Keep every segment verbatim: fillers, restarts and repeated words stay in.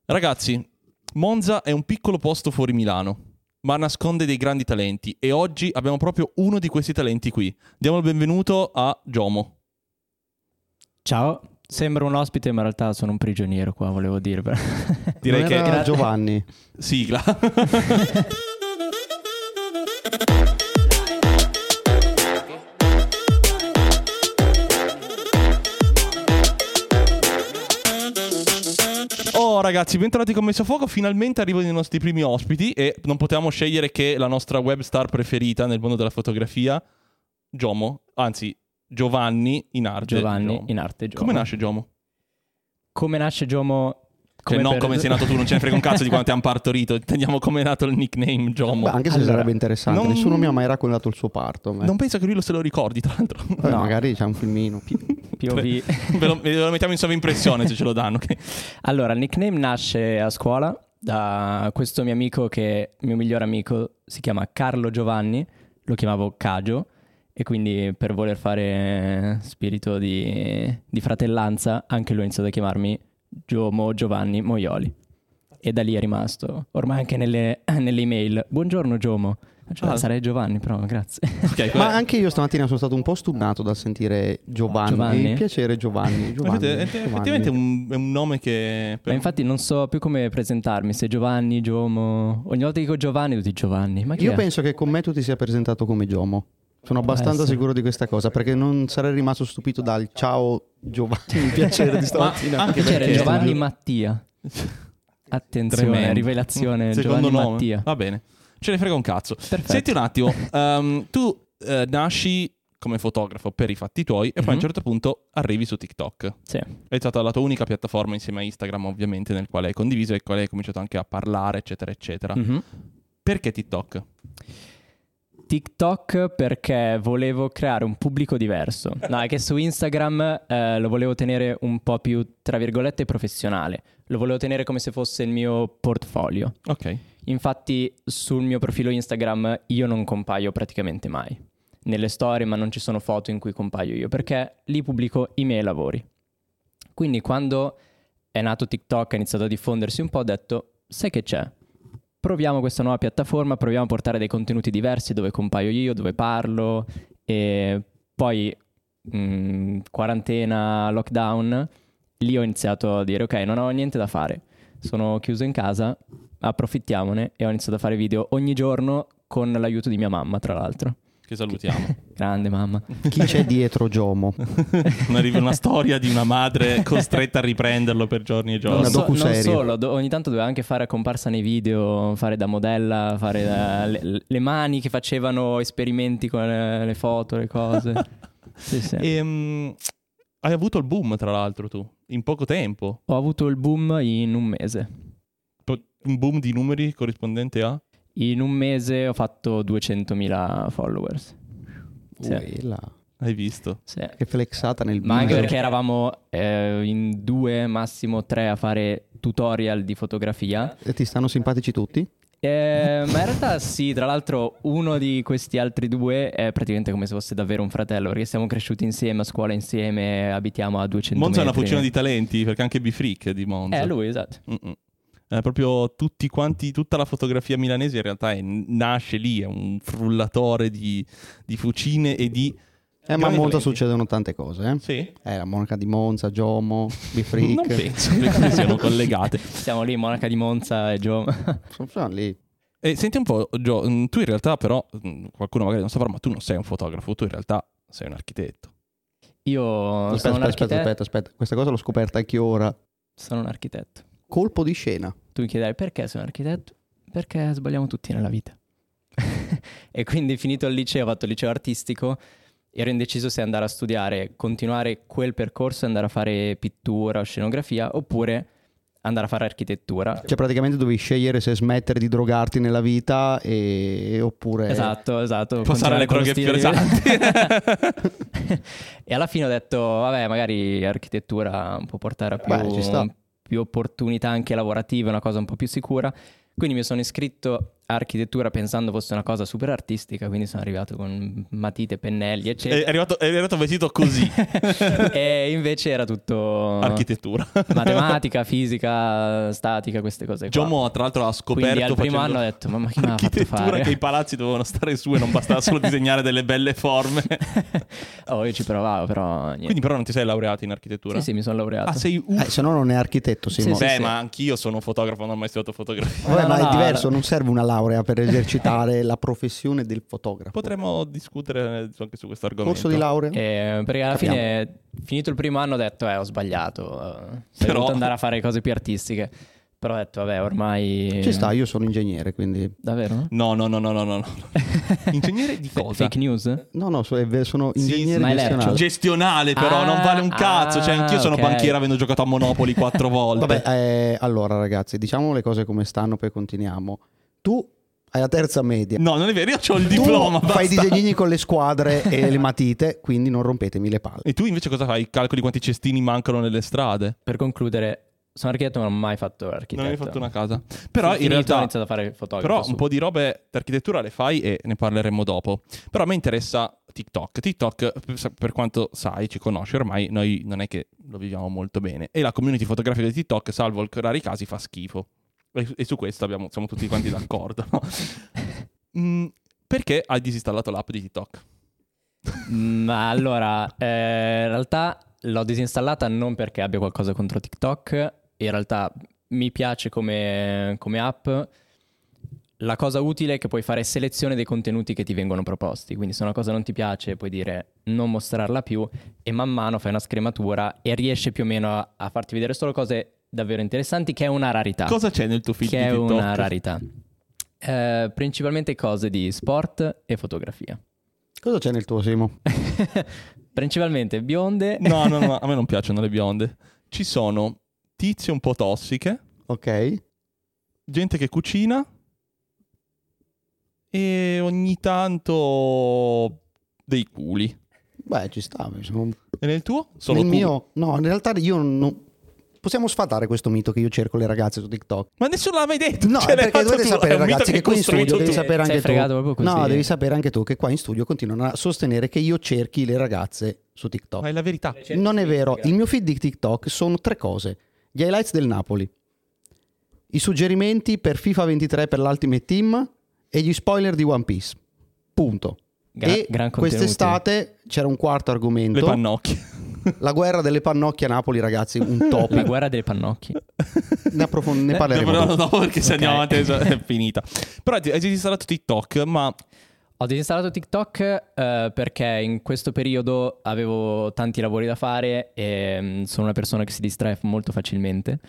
Ragazzi, Monza è un piccolo posto fuori Milano, ma nasconde dei grandi talenti e oggi abbiamo proprio uno di questi talenti qui. Diamo il benvenuto a Giomo. Ciao, sembra un ospite ma in realtà sono un prigioniero qua, volevo dire. Direi che era Giovanni. Sigla. Oh ragazzi, bentornati con Messo a Fuoco. Finalmente arrivano i nostri primi ospiti e non potevamo scegliere che la nostra web star preferita nel mondo della fotografia, Giomo, anzi Giovanni in arte. Giovanni Giomo. in arte Giomo. Come nasce Giomo? Come nasce Giomo? Come cioè non per... come sei nato tu, non ce ne frega un cazzo di quando ti hanno partorito. Intendiamo come è nato il nickname Giomo. Beh, anche se allora, sarebbe interessante, non... nessuno mi ha mai raccontato il suo parto. Non penso che lui lo se lo ricordi, tra l'altro. Eh, no. Magari c'è un filmino. P O V. ve, lo, ve lo mettiamo in sovraimpressione se ce lo danno. Okay. Allora, il nickname nasce a scuola da questo mio amico che, mio migliore amico, si chiama Carlo Giovanni, lo chiamavo Cagio, e quindi per voler fare spirito di, di fratellanza anche lui ha iniziato a chiamarmi Giomo Giovanni Moioli. E da lì è rimasto, ormai anche nelle, nelle email. Buongiorno Giomo. Cioè, ah. Sarei Giovanni, però grazie. Okay, ma anche io stamattina sono stato un po' stunnato dal sentire Giovanni. Giovanni? Piacere Giovanni. Giovanni. È, effettivamente è un, è un nome che... Ma infatti non so più come presentarmi, se Giovanni, Giomo... Ogni volta che dico Giovanni, tutti Giovanni. Ma chi io è? penso che con me tu ti sia presentato come Giomo. Sono abbastanza sicuro di questa cosa, perché non sarei rimasto stupito dal ciao Giovanni, piacere di stamattina. Ma anche perché Giovanni Mattia. Attenzione, Tremendo. Rivelazione, secondo Giovanni nome. Mattia. Va bene, ce ne frega un cazzo. Perfetto. Senti un attimo, um, tu uh, nasci come fotografo per i fatti tuoi e poi mm-hmm. a un certo punto arrivi su TikTok. Sì. È stata la tua unica piattaforma insieme a Instagram, ovviamente, nel quale hai condiviso e quale hai cominciato anche a parlare, eccetera, eccetera. Mm-hmm. Perché TikTok? TikTok perché volevo creare un pubblico diverso. No, è che su Instagram eh, lo volevo tenere un po' più, tra virgolette, professionale. Lo volevo tenere come se fosse il mio portfolio. Ok. Infatti sul mio profilo Instagram io non compaio praticamente mai. Nelle storie, ma non ci sono foto in cui compaio io, perché lì pubblico i miei lavori. Quindi quando è nato TikTok, ha iniziato a diffondersi un po', ho detto, sai che c'è? Proviamo questa nuova piattaforma, proviamo a portare dei contenuti diversi dove compaio io, dove parlo, e poi mh, quarantena, lockdown, lì ho iniziato a dire ok, non ho niente da fare, sono chiuso in casa, approfittiamone, e ho iniziato a fare video ogni giorno con l'aiuto di mia mamma, tra l'altro. Che salutiamo. Grande mamma. Chi c'è dietro Giomo? una, una storia di una madre costretta a riprenderlo per giorni e giorni. Non, so, non solo, do, ogni tanto doveva anche fare comparsa nei video, fare da modella, fare da, le, le mani che facevano esperimenti con le, le foto, le cose. Sì, sì. E, um, hai avuto il boom, tra l'altro, tu, in poco tempo. Ho avuto il boom in un mese. Un boom di numeri corrispondente a? In un mese ho fatto duecentomila followers. Sì. Uela. Hai visto? Sì. Che flexata nel video. Ma anche perché eravamo eh, in due, massimo tre, a fare tutorial di fotografia. E ti stanno simpatici tutti? Eh, ma in realtà sì, tra l'altro uno di questi altri due è praticamente come se fosse davvero un fratello, perché siamo cresciuti insieme, a scuola insieme, abitiamo a duecento Monza metri. Monza è una fucina di talenti, perché anche B-Freak è di Monza. È lui, esatto. Mm-mm. Eh, proprio tutti quanti, tutta la fotografia milanese in realtà è, nasce lì, è un frullatore di, di fucine e di... Eh, ma a Monza succedono tante cose, eh? Sì? Eh, la monaca di Monza, Giomo, B-Freak. Non penso che queste siano collegate. Siamo lì, monaca di Monza e Giomo. Sono lì. E senti un po', Gio, tu in realtà però, qualcuno magari non saprà, ma tu non sei un fotografo, tu in realtà sei un architetto. Io aspetta, sono un aspetta, architetto. Aspetta, aspetta, questa cosa l'ho scoperta anche ora. Sono un architetto. Colpo di scena. Tu mi chiederai perché sei un architetto? Perché sbagliamo tutti nella vita. E quindi finito il liceo, ho fatto il liceo artistico, ero indeciso se andare a studiare, continuare quel percorso e andare a fare pittura o scenografia, oppure andare a fare architettura. Cioè praticamente dovevi scegliere se smettere di drogarti nella vita e... oppure... Esatto, esatto. Passare alle droghe più pesanti. E alla fine ho detto, vabbè, magari architettura può portare a più... Beh, ci sta. più opportunità anche lavorative, una cosa un po' più sicura. Quindi mi sono iscritto a architettura pensando fosse una cosa super artistica, quindi sono arrivato con matite, pennelli, eccetera. È arrivato, è arrivato vestito così. E invece era tutto Architettura. matematica, fisica, statica, queste cose qua. Giomo tra l'altro ha scoperto Quindi al primo anno ho detto, mamma che mi ha fatto architettura, fare? che i palazzi dovevano stare su e non bastava solo disegnare delle belle forme. Oh, io ci provavo, però niente. Quindi però non ti sei laureato in architettura? Sì, sì, mi sono laureato. Ah, sei un... Eh, se no non è architetto, Simo. Sì, Beh, sì. ma anch'io sono un fotografo, non ho mai studiato fotografia. Vabbè, No, ma no, è diverso, no. non serve una laurea per esercitare la professione del fotografo. Potremmo discutere anche su questo argomento. Corso di laurea? Eh, perché alla Capiamo. fine, finito il primo anno, ho detto, eh, ho sbagliato. eh, Sarei Però- dovuto andare a fare cose più artistiche. Però ho detto, vabbè, ormai... Ci sta, io sono ingegnere, quindi... Davvero? No, no, no, no, no, no. Ingegnere di Fa- cosa? Fake news? No, no, so- è- sono Sì, ingegnere ma è gestionale. Gestionale però, Ah, non vale un cazzo. Cioè, anch'io sono ok. banchiere avendo giocato a Monopoli quattro volte. Vabbè, eh, allora ragazzi, diciamo le cose come stanno, poi continuiamo. Tu hai la terza media. No, non è vero, io ho il Tu diploma. fai i basta. disegnini con le squadre e le matite, quindi non rompetemi le palle. E tu invece cosa fai? Calcoli quanti cestini mancano nelle strade? Per concludere, sono architetto, ma non ho mai fatto architetto. Non hai fatto una casa. Però in Finito, ho realtà iniziato a fare fotografo. Però su. un po' di robe d'architettura le fai e ne parleremo dopo. Però a me interessa TikTok. TikTok, per- per quanto sai, ci conosci ormai, noi non è che lo viviamo molto bene. E la community fotografica di TikTok, salvo i rari casi, fa schifo. E, e su questo abbiamo, siamo tutti quanti d'accordo. no? Mm, perché hai disinstallato l'app di TikTok? Ma allora, eh, in realtà l'ho disinstallata non perché abbia qualcosa contro TikTok. In realtà mi piace come, come app. La cosa utile è che puoi fare selezione dei contenuti che ti vengono proposti. Quindi se una cosa non ti piace puoi dire non mostrarla più e man mano fai una scrematura e riesce più o meno a, a farti vedere solo cose davvero interessanti, che è una rarità. Cosa c'è nel tuo feed Che di è TikTok? una rarità. Eh, principalmente cose di sport e fotografia. Cosa c'è nel tuo, Simo? Principalmente bionde. No, no, no, a me non piacciono le bionde. Ci sono tizie un po' tossiche, Ok. gente che cucina e ogni tanto dei culi. Beh, ci sta. Sono... E nel tuo? Solo Nel culi. mio... No, in realtà io non... Possiamo sfatare questo mito che io cerco le ragazze su TikTok? Ma nessuno l'ha mai detto. No, ce l'hai perché fatta dovete tu, sapere, è un mito ragazzi, che hai qua in costruito studio devi tu. sapere Sei anche fregato tu. proprio così. No, devi sapere anche tu che qua in studio continuano a sostenere che io cerchi le ragazze su TikTok. Ma è la verità. Non è vero. Il mio feed di TikTok sono tre cose: gli highlights del Napoli, i suggerimenti per FIFA ventitré per l'Ultimate Team e gli spoiler di One Piece. Punto. Gra- e gran contenuti. quest'estate c'era un quarto argomento: Le pannocchie. la guerra delle pannocchie a Napoli, ragazzi, un La topic. guerra delle pannocchie. Ne, approfond- ne Eh, parleremo Dopo, dopo. dopo perché se Ok. andiamo avanti è finita. Però ti- hai disinstallato TikTok, ma Ho disinstallato TikTok eh, perché in questo periodo avevo tanti lavori da fare e mm, sono una persona che si distrae molto facilmente.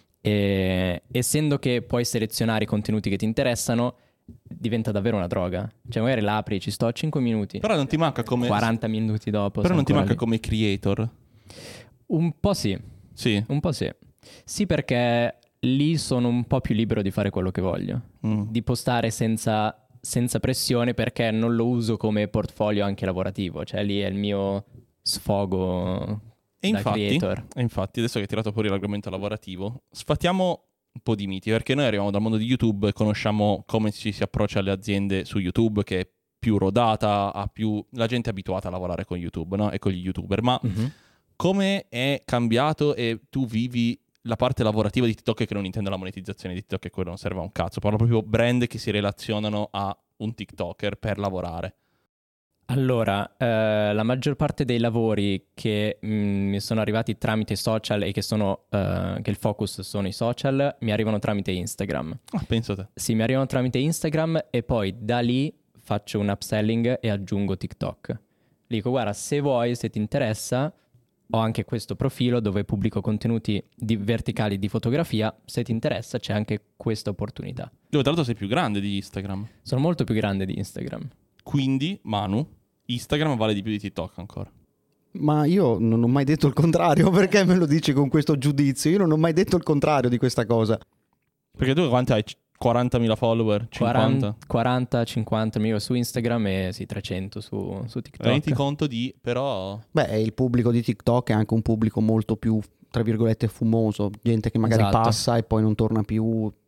E essendo che puoi selezionare i contenuti che ti interessano, diventa davvero una droga. Cioè magari l'apri, ci sto cinque minuti, però non ti manca come quaranta minuti dopo. Però sono non ti ancora manca lì. come creator. Un po' sì, Sì. un po' sì. Sì, perché lì sono un po' più libero di fare quello che voglio. Mm. Di postare senza, senza pressione, perché non lo uso come portfolio anche lavorativo. Cioè lì è il mio sfogo E da infatti, creator. e infatti, adesso che hai tirato fuori l'argomento lavorativo, sfatiamo un po' di miti, perché noi arriviamo dal mondo di YouTube e conosciamo come ci si approccia alle aziende su YouTube, che è più rodata, ha più... la gente è abituata a lavorare con YouTube, no? E con gli YouTuber, ma Mhm. come è cambiato e tu vivi la parte lavorativa di TikTok, che non intendo la monetizzazione di TikTok, che quello non serve a un cazzo, parlo proprio brand che si relazionano a un TikToker per lavorare. Allora, eh, la maggior parte dei lavori che mh, mi sono arrivati tramite social e che sono eh, che il focus sono i social, mi arrivano tramite Instagram. Ah, penso te. Sì, mi arrivano tramite Instagram e poi da lì faccio un upselling e aggiungo TikTok. Dico, guarda, se vuoi, se ti interessa, ho anche questo profilo dove pubblico contenuti di verticali di fotografia. Se ti interessa, c'è anche questa opportunità. Dove tra l'altro sei più grande di Instagram. Sono molto più grande di Instagram. Quindi, Manu, Instagram vale di più di TikTok ancora. Ma io non ho mai detto il contrario. Perché me lo dici con questo giudizio? Io non ho mai detto il contrario di questa cosa. Perché tu quanti hai? quarantamila follower? cinquanta? quaranta cinquanta mila su Instagram e sì, trecento su, su TikTok. Rendi conto di, però... Beh, il pubblico di TikTok è anche un pubblico molto più, tra virgolette, fumoso. Gente che magari Esatto. passa e poi non torna più.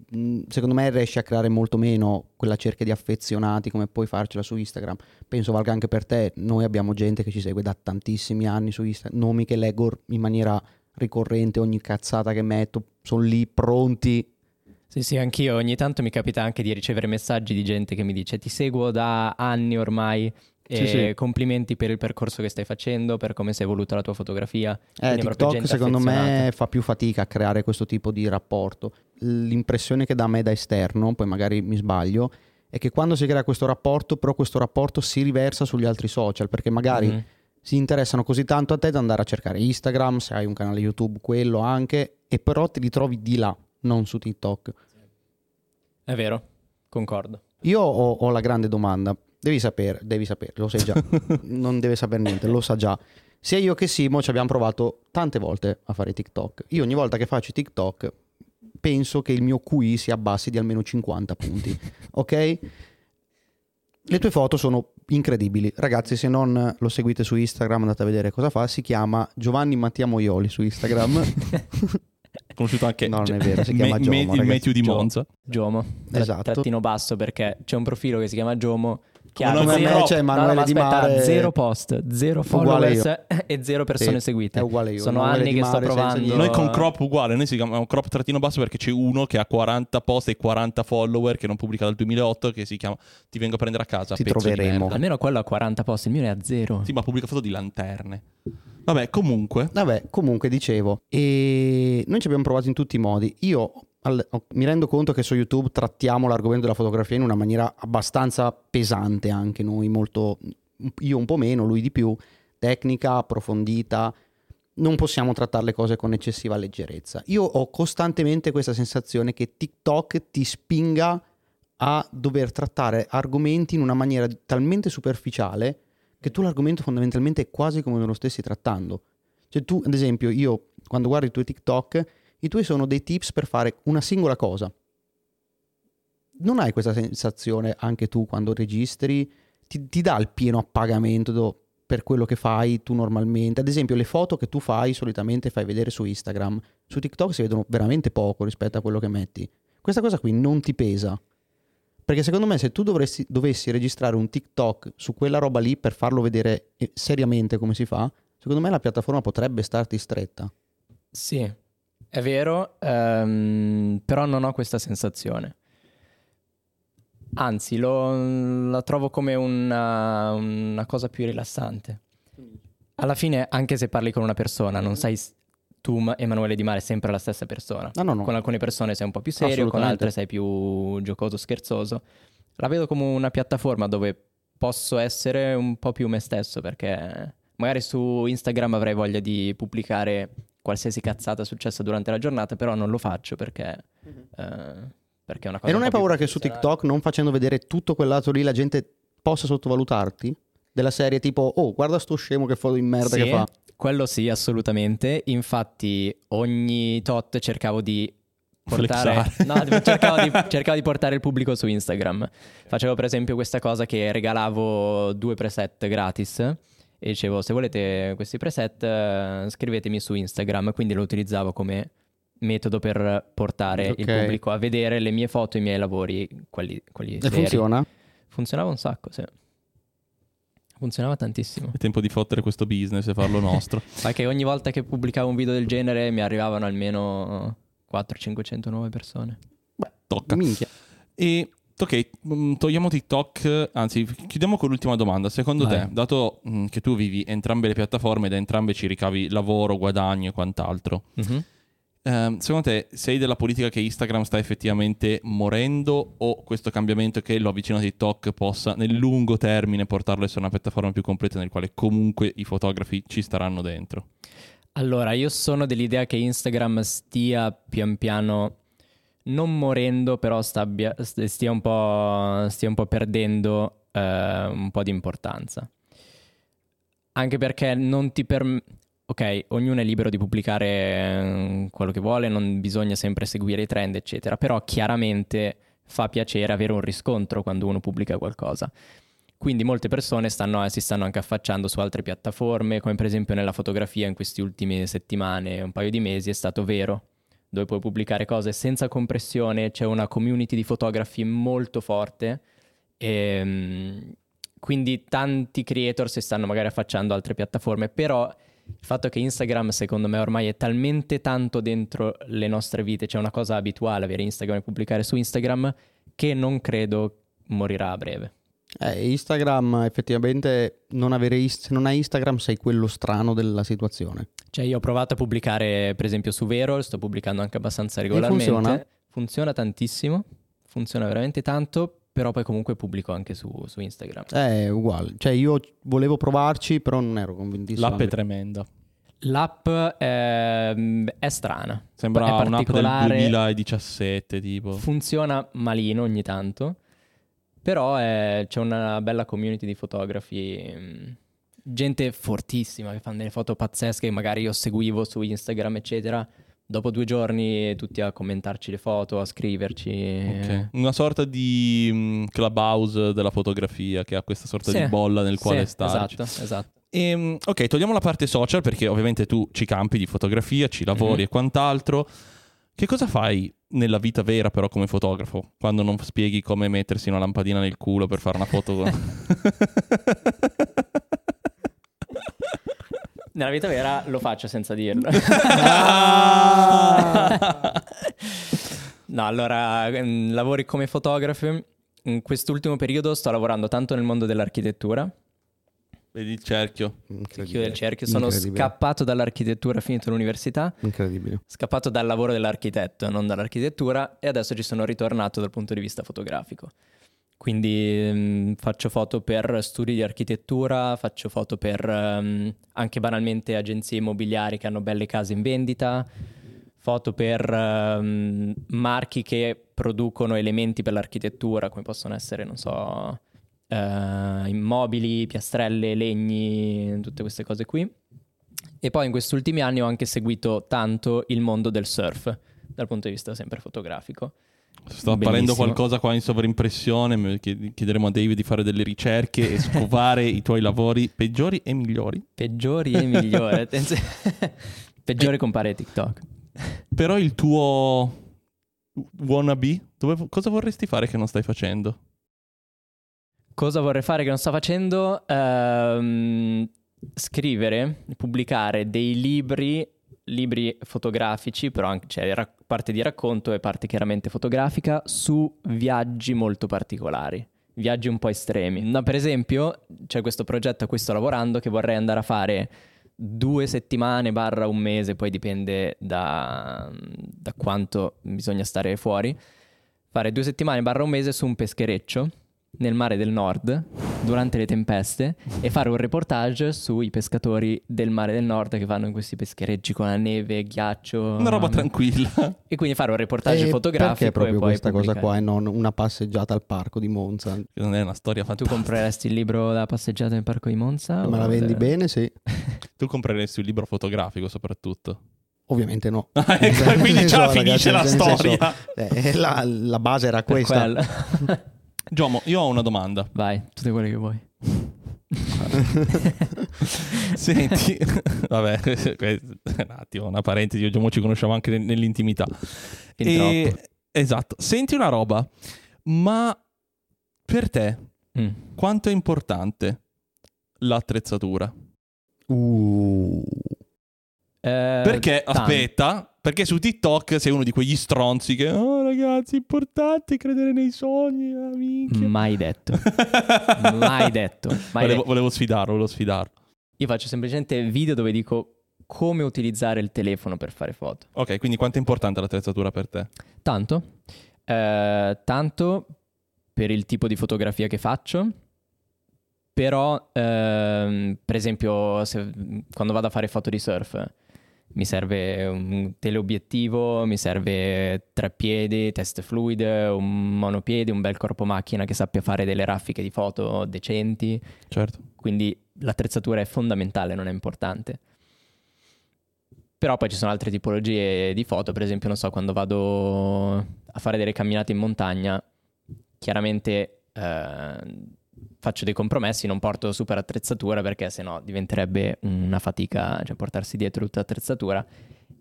mh, secondo me riesci a creare molto meno quella cerchia di affezionati come puoi farcela su Instagram. Penso valga anche per te. Noi abbiamo gente che ci segue da tantissimi anni su Instagram, nomi che leggo in maniera ricorrente, ogni cazzata che metto sono lì pronti. Sì, sì, anch'io ogni tanto mi capita anche di ricevere messaggi di gente che mi dice ti seguo da anni ormai e Sì, sì. complimenti per il percorso che stai facendo, per come sei evoluta la tua fotografia. Eh, Quindi è proprio TikTok gente secondo me affezionata. fa più fatica a creare questo tipo di rapporto. L'impressione che dà a me da esterno, poi magari mi sbaglio, è che quando si crea questo rapporto, però questo rapporto si riversa sugli altri social, perché magari Mhm. si interessano così tanto a te da andare a cercare Instagram, se hai un canale YouTube, quello anche, e però ti ritrovi di là, non su TikTok. È vero, concordo. Io ho, ho la grande domanda, devi sapere, devi sapere, lo sai già, non deve sapere niente, lo sa già. Sia io che Simo ci abbiamo provato tante volte a fare TikTok. Io ogni volta che faccio TikTok penso che il mio Q I si abbassi di almeno cinquanta punti, ok? Le tue foto sono incredibili. Ragazzi, se non lo seguite su Instagram, andate a vedere cosa fa. Si chiama Giovanni Mattia Moioli su Instagram. Conosciuto anche No, non cioè, è vero, si chiama Me- Giomo, Me- il ragazzi. Matthew di Giomo. Monza. Giomo, tra- Esatto. trattino basso, perché c'è un profilo che si chiama Giomo che Come ha nome zero, a me c'è no, no, Emanuele ma Di aspetta, Mare. zero post, zero Uguale followers e zero persone Sì, seguite. è uguale io. Sono Emanuele anni Di che sto Mare senza provando. niente. Noi con crop uguale, noi si chiama crop trattino basso perché c'è uno che ha quaranta post e quaranta follower che non pubblica dal duemilaotto, che si chiama Ti vengo a prendere a casa, Ti pezzo di troveremo. merda. Almeno quello ha quaranta post, il mio ne ha zero. Sì, ma pubblica foto di lanterne. Vabbè, comunque. Vabbè, comunque dicevo, e noi ci abbiamo provato in tutti i modi. Io al- mi rendo conto che su YouTube trattiamo l'argomento della fotografia in una maniera abbastanza pesante, anche noi, molto, io un po' meno, lui di più, tecnica, approfondita. Non possiamo trattare le cose con eccessiva leggerezza. Io ho costantemente questa sensazione che TikTok ti spinga a dover trattare argomenti in una maniera talmente superficiale che tu l'argomento fondamentalmente è quasi come se lo stessi trattando. Cioè tu, ad esempio, io quando guardo i tuoi TikTok, i tuoi sono dei tips per fare una singola cosa. Non hai questa sensazione anche tu quando registri? Ti, ti dà il pieno appagamento do- per quello che fai tu normalmente? Ad esempio, le foto che tu fai solitamente fai vedere su Instagram, su TikTok si vedono veramente poco rispetto a quello che metti. Questa cosa qui non ti pesa? Perché secondo me se tu dovresti, dovessi registrare un TikTok su quella roba lì per farlo vedere eh, seriamente come si fa, secondo me la piattaforma potrebbe starti stretta. Sì, è vero, ehm, però non ho questa sensazione. Anzi, lo, la trovo come una, una cosa più rilassante. Alla fine, anche se parli con una persona, non sai s- tu, Ma- Emanuele Di Mare, sempre la stessa persona. No, no, no. Con alcune persone sei un po' più serio, con Assolutamente. altre sei più giocoso, scherzoso. La vedo come una piattaforma dove posso essere un po' più me stesso, perché magari su Instagram avrei voglia di pubblicare qualsiasi cazzata successa durante la giornata, però non lo faccio perché, eh, perché è una cosa E non un hai po' più paura che su professionale. TikTok, non facendo vedere tutto quel lato lì, la gente possa sottovalutarti? Della serie tipo, oh, guarda sto scemo che foto di merda Sì, che fa. quello sì, assolutamente. Infatti ogni tot cercavo di portare Flexare. no, cercavo di, cercavo di portare il pubblico su Instagram. Facevo per esempio questa cosa che regalavo due preset gratis e dicevo se volete questi preset eh, scrivetemi su Instagram, quindi lo utilizzavo come metodo per portare Ok. il pubblico a vedere le mie foto, i miei lavori, quelli, quelli E seri. funziona? Funzionava un sacco, sì. Funzionava tantissimo. È tempo di fottere questo business e farlo nostro. Sai che ogni volta che pubblicavo un video del genere mi arrivavano almeno quattrocento cinquecento nuove persone. Beh, Tocca. minchia. E ok, mm, togliamo TikTok, anzi chiudiamo con l'ultima domanda. Secondo Vai. te, dato mm, che tu vivi entrambe le piattaforme e da entrambe ci ricavi lavoro, guadagno e quant'altro, ehm, secondo te sei della politica che Instagram sta effettivamente morendo o questo cambiamento che lo avvicina a TikTok possa nel lungo termine portarlo a essere una piattaforma più completa nel quale comunque i fotografi ci staranno dentro? Allora, io sono dell'idea che Instagram stia pian piano non morendo, però stabbia- st- stia un po', stia un po' perdendo eh, un po' di importanza. Anche perché non ti permette... Ok, ognuno è libero di pubblicare eh, quello che vuole, non bisogna sempre seguire i trend, eccetera. Però chiaramente fa piacere avere un riscontro quando uno pubblica qualcosa. Quindi molte persone stanno, si stanno anche affacciando su altre piattaforme, come per esempio nella fotografia in queste ultime settimane, un paio di mesi, è stato vero. dove puoi pubblicare cose senza compressione, c'è una community di fotografi molto forte e quindi tanti creator si stanno magari affacciando a altre piattaforme, però il fatto che Instagram secondo me ormai è talmente tanto dentro le nostre vite, c'è una cosa abituale avere Instagram e pubblicare su Instagram, che non credo morirà a breve. Eh, Instagram effettivamente non avere is- se non hai Instagram sei quello strano della situazione. Cioè io ho provato a pubblicare per esempio su Vero, sto pubblicando anche abbastanza regolarmente. funziona? Funziona tantissimo, funziona veramente tanto, però poi comunque pubblico anche su, su Instagram. È uguale, cioè io volevo provarci però non ero convintissimo. L'app è tremenda. L'app è, è strana. Sembra è un'app del particolare, duemiladiciassette tipo. funziona malino ogni tanto, però è- c'è una bella community di fotografi, mh, gente fortissima che fanno delle foto pazzesche che magari io seguivo su Instagram eccetera. Dopo due giorni tutti a commentarci le foto, a scriverci. Ok. Una sorta di mm, clubhouse della fotografia che ha questa sorta Sì, di bolla nel quale sì, starci. esatto, esatto. Ehm, ok, togliamo la parte social perché ovviamente tu ci campi di fotografia, ci lavori Mhm. e quant'altro. Che cosa fai nella vita vera però come fotografo? Quando non spieghi come mettersi una lampadina nel culo per fare una foto? Nella vita vera lo faccio senza dirlo. No, allora, mm, lavori come fotografo. In quest'ultimo periodo sto lavorando tanto nel mondo dell'architettura. Vedi il cerchio? Chiude il cerchio. Sono Incredibile. scappato dall'architettura, finito l'università, Incredibile. scappato dal lavoro dell'architetto, non dall'architettura, e adesso ci sono ritornato dal punto di vista fotografico. Quindi mh, faccio foto per studi di architettura, faccio foto per mh, anche banalmente agenzie immobiliari che hanno belle case in vendita, foto per mh, marchi che producono elementi per l'architettura, come possono essere, non so, eh, immobili, piastrelle, legni, tutte queste cose qui. E poi in questi ultimi anni ho anche seguito tanto il mondo del surf, dal punto di vista sempre fotografico. Sto apparendo Bellissimo. qualcosa qua in sovrimpressione. mi chied- Chiederemo a David di fare delle ricerche e scovare i tuoi lavori peggiori e migliori. Peggiori e migliori. Attenzione. Peggiore compare TikTok. Però il tuo wannabe, dove, cosa vorresti fare che non stai facendo? Cosa vorrei fare che non sto facendo? Ehm, scrivere, pubblicare dei libri, libri fotografici, però anche, cioè, ra- parte di racconto e parte chiaramente fotografica, su viaggi molto particolari, viaggi un po' estremi. No, per esempio, c'è questo progetto a cui sto lavorando che vorrei andare a fare due settimane barra un mese, poi dipende da, da quanto bisogna stare fuori, fare due settimane barra un mese su un peschereccio nel mare del nord durante le tempeste e fare un reportage sui pescatori del mare del nord che vanno in questi pescherecci con la neve, ghiaccio, Una roba tranquilla. e quindi fare un reportage E fotografico perché proprio e poi questa cosa pubblicare. qua e non una passeggiata al parco di Monza? Non è una storia Tu fantastica. compreresti il libro da passeggiata nel parco di Monza? Me la o- vendi bene? Sì. Tu compreresti un libro fotografico soprattutto. Ovviamente no. Ah, ecco, quindi già finisce la nel senso, storia. eh, la, la base era Per questa. quello. Giomo, io ho una domanda. Vai, tutte quelle che vuoi. Senti, vabbè, questo- un attimo, una parentesi, io e Giomo ci conosciamo anche nel- nell'intimità. Fin E- troppo. esatto, senti una roba, ma per te Mm. quanto è importante l'attrezzatura? Uh. Eh, Perché, tanto. aspetta, perché su TikTok sei uno di quegli stronzi che, oh ragazzi, è importante credere nei sogni, amiche. Mai detto. Mai detto. Mai volevo, detto. volevo sfidarlo, volevo sfidarlo. Io faccio semplicemente video dove dico come utilizzare il telefono per fare foto. Ok, quindi quanto è importante l'attrezzatura per te? Tanto. Eh, tanto per il tipo di fotografia che faccio. Però, ehm, per esempio, se- quando vado a fare foto di surf, mi serve un teleobiettivo, mi serve treppiedi, test fluid, un monopiede, un bel corpo macchina che sappia fare delle raffiche di foto decenti. Certo. Quindi l'attrezzatura è fondamentale, non è importante. Però poi ci sono altre tipologie di foto, per esempio, non so, quando vado a fare delle camminate in montagna, chiaramente eh, faccio dei compromessi, non porto super attrezzatura perché sennò diventerebbe una fatica, cioè portarsi dietro tutta l'attrezzatura.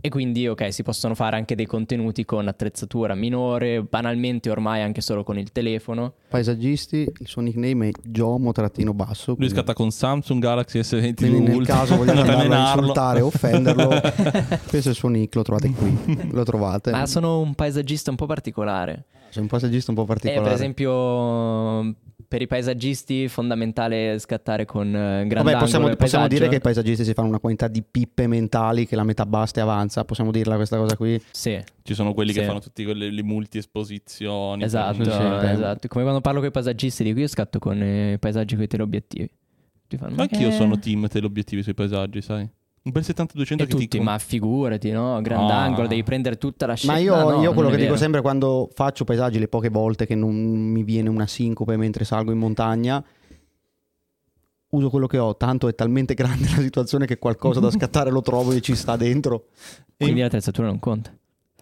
E quindi, ok, si possono fare anche dei contenuti con attrezzatura minore, banalmente ormai anche solo con il telefono. Paesaggisti, il suo nickname è Giomo-basso. Lui quindi- scatta con Samsung Galaxy S venti quindi nel Ultra. caso vogliate Non andarlo a allenarlo. insultare o offenderlo, questo è il suo nick, lo trovate qui, lo trovate. Ma sono un paesaggista un po' particolare. Sei un paesaggista un po' Eh, particolare. per esempio, per i paesaggisti è fondamentale scattare con eh, grandangolo. Vabbè, possiamo, il possiamo dire paesaggio. che i paesaggisti si fanno una quantità di pippe mentali che la metà basta e avanza. Possiamo dirla questa cosa qui? Sì, Ci sono quelli Sì. che fanno tutte quelle le multi-esposizioni. esatto, Sì, sì, beh. esatto. Come quando parlo con i paesaggisti dico io scatto con i paesaggi con i teleobiettivi. Ti fanno, ma Anch'io che- sono team teleobiettivi sui paesaggi, sai? Un bel settanta duecento E che ti tutti, com- ma figurati, no? Grandangolo, Ah. devi prendere tutta la scena. Ma io, No, no, io non quello è che dico vero. sempre quando faccio paesaggi, le poche volte che non mi viene una sincope mentre salgo in montagna, uso quello che ho. Tanto è talmente grande la situazione che qualcosa da scattare lo trovo e ci sta dentro. Quindi l'attrezzatura non conta.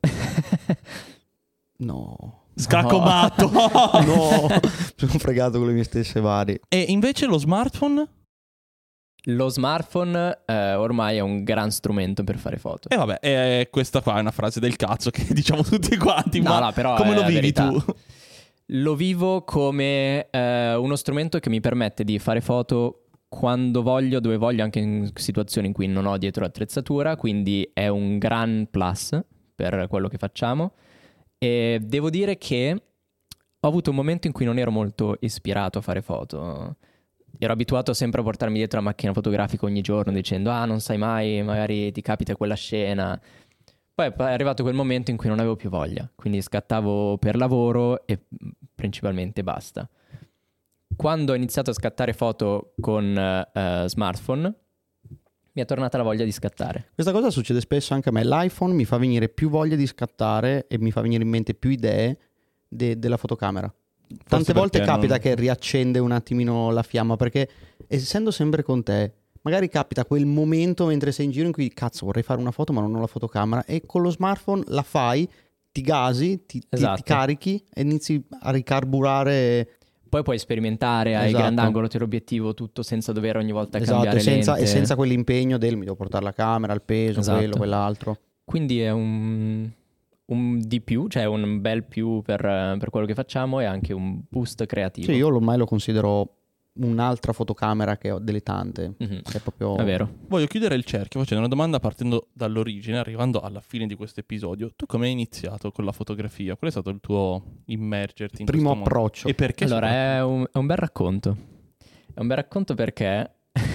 No. Scraccomato! No, mi sono fregato con le mie stesse varie. E invece lo smartphone? Lo smartphone eh, ormai è un gran strumento per fare foto. E vabbè, eh, questa qua è una frase del cazzo che diciamo tutti quanti, No, ma no, però come è lo la vivi verità. tu? Lo vivo come eh, uno strumento che mi permette di fare foto quando voglio, dove voglio, anche in situazioni in cui non ho dietro l'attrezzatura, quindi è un gran plus per quello che facciamo. E devo dire che ho avuto un momento in cui non ero molto ispirato a fare foto. Ero abituato sempre a portarmi dietro la macchina fotografica ogni giorno dicendo ah, non sai mai, magari ti capita quella scena. Poi è arrivato quel momento in cui non avevo più voglia, quindi scattavo per lavoro e principalmente basta. Quando ho iniziato a scattare foto con eh, smartphone, mi è tornata la voglia di scattare. Questa cosa succede spesso anche a me. L'iPhone mi fa venire più voglia di scattare e mi fa venire in mente più idee de- della fotocamera. Tante volte perché capita non- che riaccende un attimino la fiamma, perché essendo sempre con te, magari capita quel momento mentre sei in giro in cui cazzo vorrei fare una foto ma non ho la fotocamera, e con lo smartphone la fai, ti gasi, ti, ti- Esatto. ti carichi e inizi a ricarburare. Poi puoi sperimentare, hai Esatto. grandangolo, teleobiettivo, tutto senza dover ogni volta Esatto, cambiare e senza, lente. e senza quell'impegno del mi devo portare la camera, il peso, Esatto. quello, quell'altro. Quindi è un, un di più, cioè un bel più per, per quello che facciamo e anche un boost creativo. Sì, io ormai lo considero un'altra fotocamera che ho delle tante. Mhm. È proprio... È vero. Voglio chiudere il cerchio facendo una domanda partendo dall'origine, arrivando alla fine di questo episodio. Tu come hai iniziato con la fotografia? Qual è stato il tuo immergerti in Primo questo mondo? approccio. E perché? Allora, soprattutto? è un, è un bel racconto. È un bel racconto perché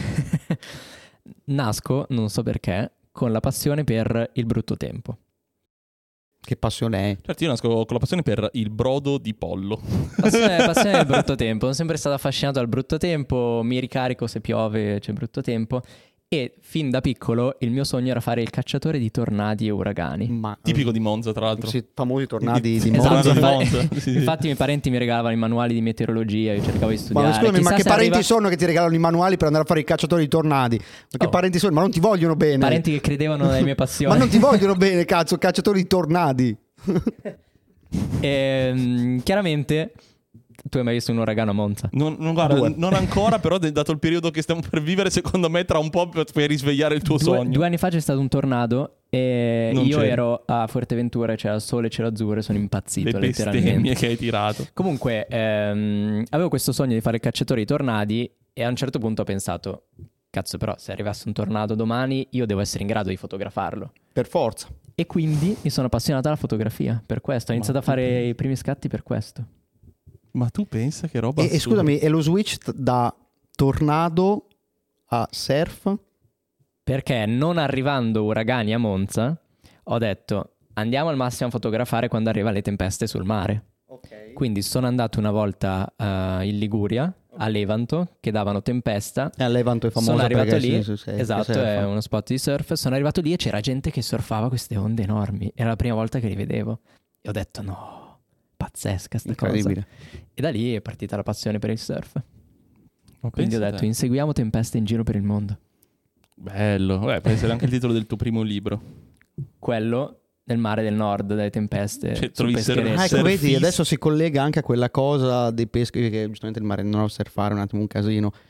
nasco, non so perché, con la passione per il brutto tempo. Che passione è. Certo, io nasco con la passione per il brodo di pollo. Passione, passione del brutto tempo. Sono sempre stato affascinato dal brutto tempo, mi ricarico se piove, c'è brutto tempo. E fin da piccolo il mio sogno era fare il cacciatore di tornadi e uragani. Ma... Tipico di Monza, tra l'altro. Sì, famosi tornadi di Esatto, Monza. di infa- Monza. Sì, sì. Infatti i miei parenti mi regalavano i manuali di meteorologia, io cercavo di studiare. Ma scusami, ma Chissà che se parenti arriva- sono che ti regalano i manuali per andare a fare i cacciatori di tornadi? Ma che Oh. parenti sono? Ma non ti vogliono bene. Parenti che credevano nelle mie passioni. Ma non ti vogliono bene, cazzo, cacciatori di tornadi. E, mm, chiaramente tu hai mai visto un uragano a Monza? Non, non- guarda, Due. non ancora, però de- dato il periodo che stiamo per vivere, secondo me tra un po' puoi risvegliare il tuo Due, sogno. due anni fa c'è stato un tornado e Non io c'eri. ero a Fuerteventura, c'era il sole, c'era azzurro e sono impazzito Le bestemmie letteralmente. che hai tirato. Comunque ehm, avevo questo sogno di fare il cacciatore di tornadi e a un certo punto ho pensato cazzo, però se arrivasse un tornado domani io devo essere in grado di fotografarlo. Per forza. E quindi mi sono appassionato alla fotografia per questo, ho Ma iniziato a tu fare pensi? i primi scatti per questo. Ma tu pensa che roba E, e assurda. scusami, è lo switch t- da tornado a surf? Perché non arrivando uragani a Monza ho detto andiamo al massimo a fotografare quando arriva le tempeste sul mare. Ok. Quindi sono andato una volta eh, in Liguria, a Levanto, che davano tempesta. E a Levanto è famosa Sono arrivato perché lì, si- si- si- esatto, si surfa. è uno spot di surf. Sono arrivato lì e c'era gente che surfava queste onde enormi. Era la prima volta che li vedevo. E ho detto no, pazzesca sta cosa. Incredibile. E da lì è partita la passione per il surf. Ma Quindi ho pensa detto te. inseguiamo tempeste in giro per il mondo. Bello. Beh, può essere anche il titolo del tuo primo libro. Quello nel mare del nord, delle tempeste. Cioè, sul trovi il peschereccio. Ah, ecco, vedi, surfista. adesso si collega anche a quella cosa dei peschi che giustamente il mare non surfare è un attimo un casino.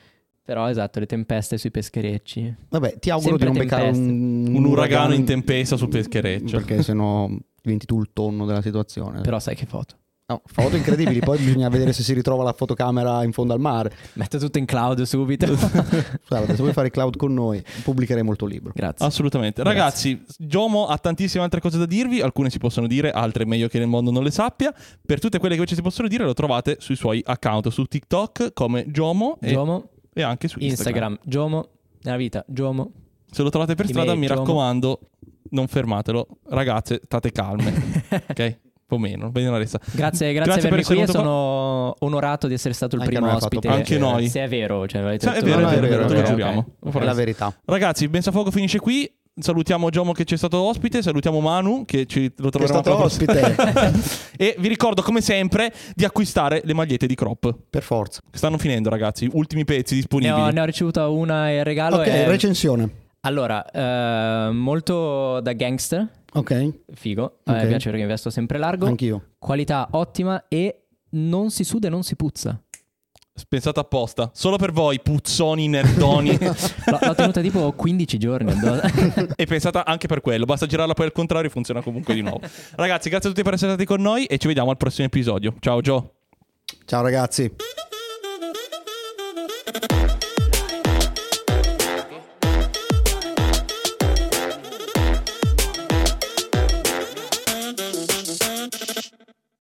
Però esatto, le tempeste sui pescherecci. Vabbè, ti auguro Sempre di non beccare tempeste. un, Un uragano in tempesta sul peschereccio. perché sennò diventi tu il tonno della situazione. Però sai che foto. No, foto incredibili, poi bisogna vedere se si ritrova la fotocamera in fondo al mare. Metto tutto in cloud subito. Guarda, se vuoi fare cloud con noi, pubblicheremo il tuo libro. Grazie. Assolutamente. Grazie. Ragazzi, Giomo ha tantissime altre cose da dirvi, alcune si possono dire, altre è meglio che nel mondo non le sappia. Per tutte quelle che invece si possono dire lo trovate sui suoi account su TikTok come Giomo e, Giomo, e anche su Instagram. Instagram, Giomo, nella vita, Giomo. Se lo trovate per strada, Email, mi Giomo. raccomando, non fermatelo. Ragazze, state calme, ok? Un po' meno, bene la resta. Grazie, grazie, Grazie per per avermi qui e essere venuto sono onorato di essere stato il Anche a primo noi ha fatto ospite. Anche Se- noi. Se è vero, cioè, l'avete Cioè, è detto- vero, No, è no, vero, è vero, te è lo vero, giuriamo. ok. È la verità. Ragazzi, Benza Fuoco finisce qui. Salutiamo Giomo che ci è stato ospite, salutiamo Manu che ci lo Che è troveremo stato ospite. E vi ricordo come sempre di acquistare le magliette di Crop. Per forza. Stanno finendo, ragazzi, ultimi pezzi Ne disponibili. ho, ne ho ricevuta una in regalo. Ok, e- recensione. Allora, eh, molto da gangster, Ok, figo. A me Ok. piace perché mi vesto sempre largo. anch'io. Qualità ottima e non si suda e non si puzza. Pensate apposta, solo per voi, puzzoni nerdoni. L'ho, l'ho tenuta tipo quindici giorni. addosso. E pensate anche per quello, basta girarla poi al contrario e funziona comunque di nuovo. Ragazzi, grazie a tutti per essere stati con noi e ci vediamo al prossimo episodio. Ciao Gio. Ciao ragazzi.